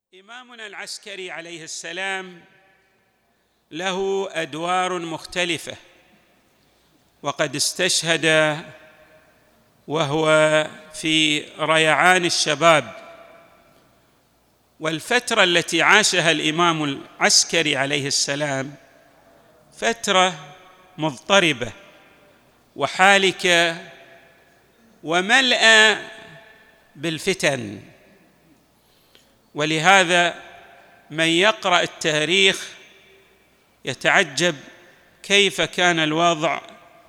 إمامنا العسكري عليه السلام له أدوار مختلفة، وقد استشهد وهو في ريعان الشباب، والفترة التي عاشها الإمام العسكري عليه السلام فترة مضطربة وحالكة وملأى بالفتن. ولهذا من يقرأ التاريخ يتعجب كيف كان الوضع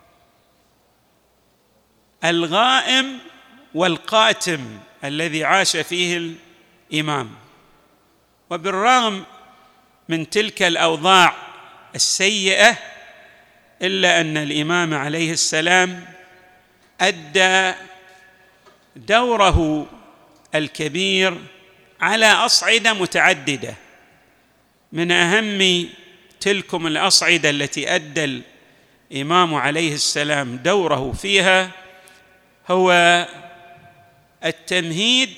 الغائم والقاتم الذي عاش فيه الإمام. وبالرغم من تلك الأوضاع السيئة إلا أن الإمام عليه السلام أدى دوره الكبير على أصعدة متعددة. من أهم تلكم الأصعدة التي أدى الإمام عليه السلام دوره فيها هو التمهيد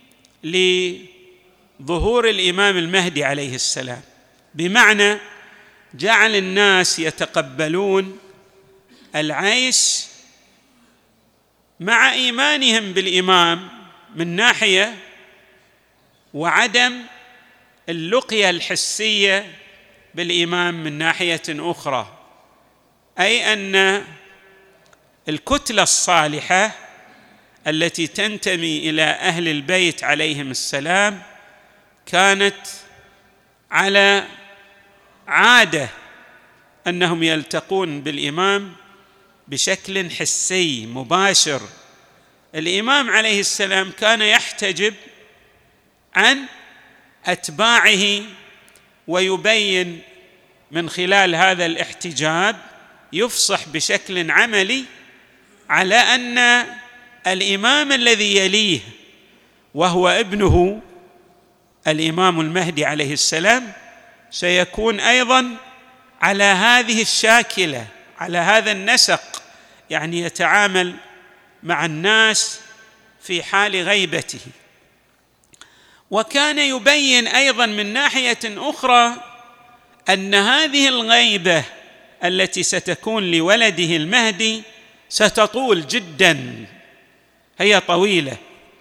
لظهور الإمام المهدي عليه السلام، بمعنى جعل الناس يتقبلون العيش مع إيمانهم بالإمام من ناحية، وعدم اللقية الحسية بالإمام من ناحية أخرى، أي أن الكتلة الصالحة التي تنتمي إلى أهل البيت عليهم السلام كانت على عادة أنهم يلتقون بالإمام بشكل حسي مباشر. الإمام عليه السلام كان يحتجب عن أتباعه ويبين من خلال هذا الاحتجاب، يفصح بشكل عملي على أن الإمام الذي يليه وهو ابنه الإمام المهدي عليه السلام سيكون أيضاً على هذه الشاكلة، على هذا النسق، يعني يتعامل مع الناس في حال غيبته. وكان يبين أيضاً من ناحية أخرى أن هذه الغيبة التي ستكون لولده المهدي ستطول جداً، هي طويلة،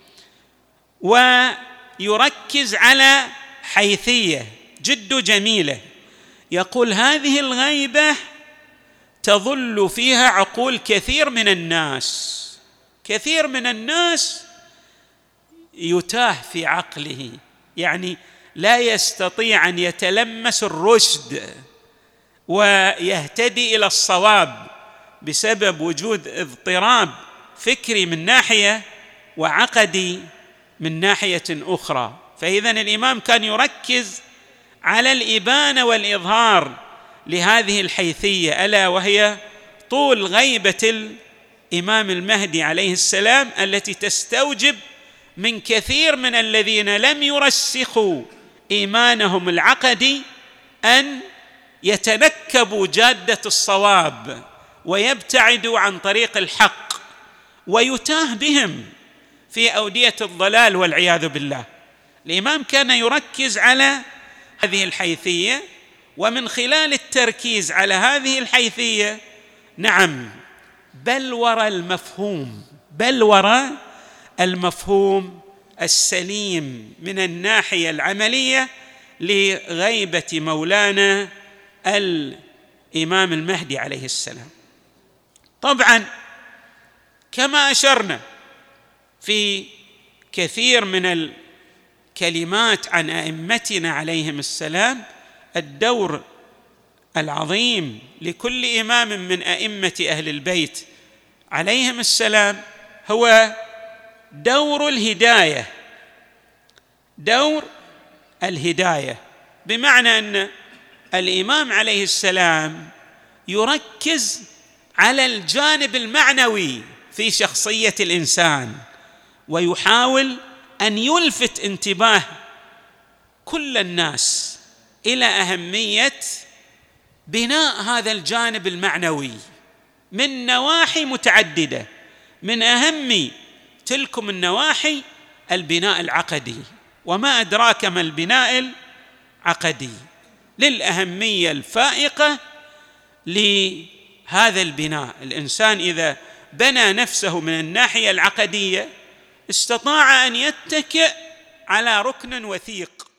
ويركز على حيثية جد جميلة. يقول هذه الغيبة تظل فيها عقول كثير من الناس، كثير من الناس يتاه في عقله، يعني لا يستطيع أن يتلمس الرشد ويهتدي إلى الصواب بسبب وجود اضطراب فكري من ناحية وعقدي من ناحية أخرى. فإذن الإمام كان يركز على الإبانة والإظهار لهذه الحيثية، ألا وهي طول غيبة الإمام المهدي عليه السلام التي تستوجب من كثير من الذين لم يرسخوا إيمانهم العقدي أن يتنكبوا جادة الصواب ويبتعدوا عن طريق الحق، ويتاه بهم في أودية الضلال والعياذ بالله. الإمام كان يركز على هذه الحيثية، ومن خلال التركيز على هذه الحيثية بل وراء المفهوم السليم من الناحية العملية لغيبة مولانا الإمام المهدي عليه السلام. طبعا كما أشرنا في كثير من الكلمات عن أئمتنا عليهم السلام، الدور العظيم لكل إمام من أئمة أهل البيت عليهم السلام هو دور الهداية، بمعنى أن الإمام عليه السلام يركز على الجانب المعنوي في شخصية الإنسان، ويحاول أن يلفت انتباه كل الناس إلى أهمية بناء هذا الجانب المعنوي من نواحي متعددة. من أهم تلكم النواحي البناء العقدي، وما أدراك ما البناء العقدي، للأهمية الفائقة لهذا البناء. الإنسان إذا بنى نفسه من الناحية العقدية استطاع أن يتكئ على ركن وثيق،